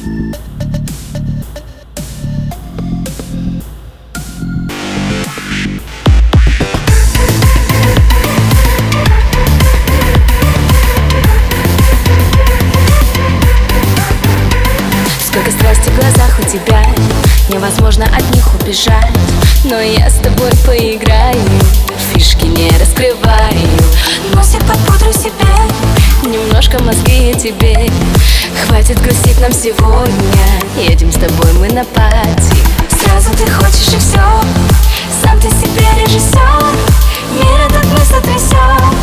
Сколько страсти в глазах у тебя, невозможно от них убежать. Но я с тобой поиграю, фишки не раскрываю. Носик под пудру себе, немножко мозги и тебе. Хватит грустить нам сегодня, едем с тобой мы на пати. Сразу ты хочешь и все, сам ты себе режиссер. Мир этот мы сотрясем.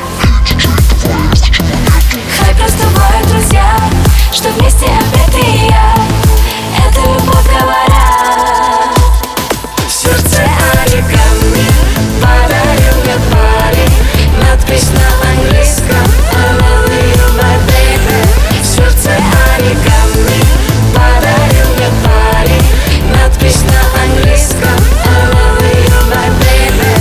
Хай просто бывают друзья, что вместе опять ты и я. Это любовь, говорят. Сердце оригами подарил мне парень. Надпись на английском I love you, my baby. Сердце оригами подарил мне парень. Надпись на английском I love you, my baby.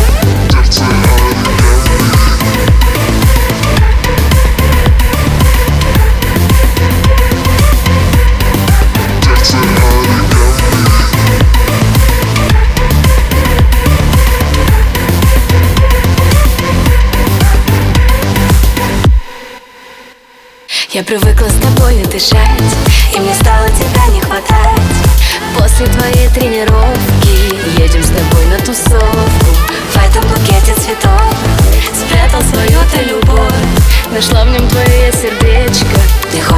Я привыкла с тобою дышать, и мне стало тебя не хватать. После твоей тренировки едем с тобой на тусовку. В этом букете цветов спрятал свою ты любовь. Нашла в нем твое сердечко.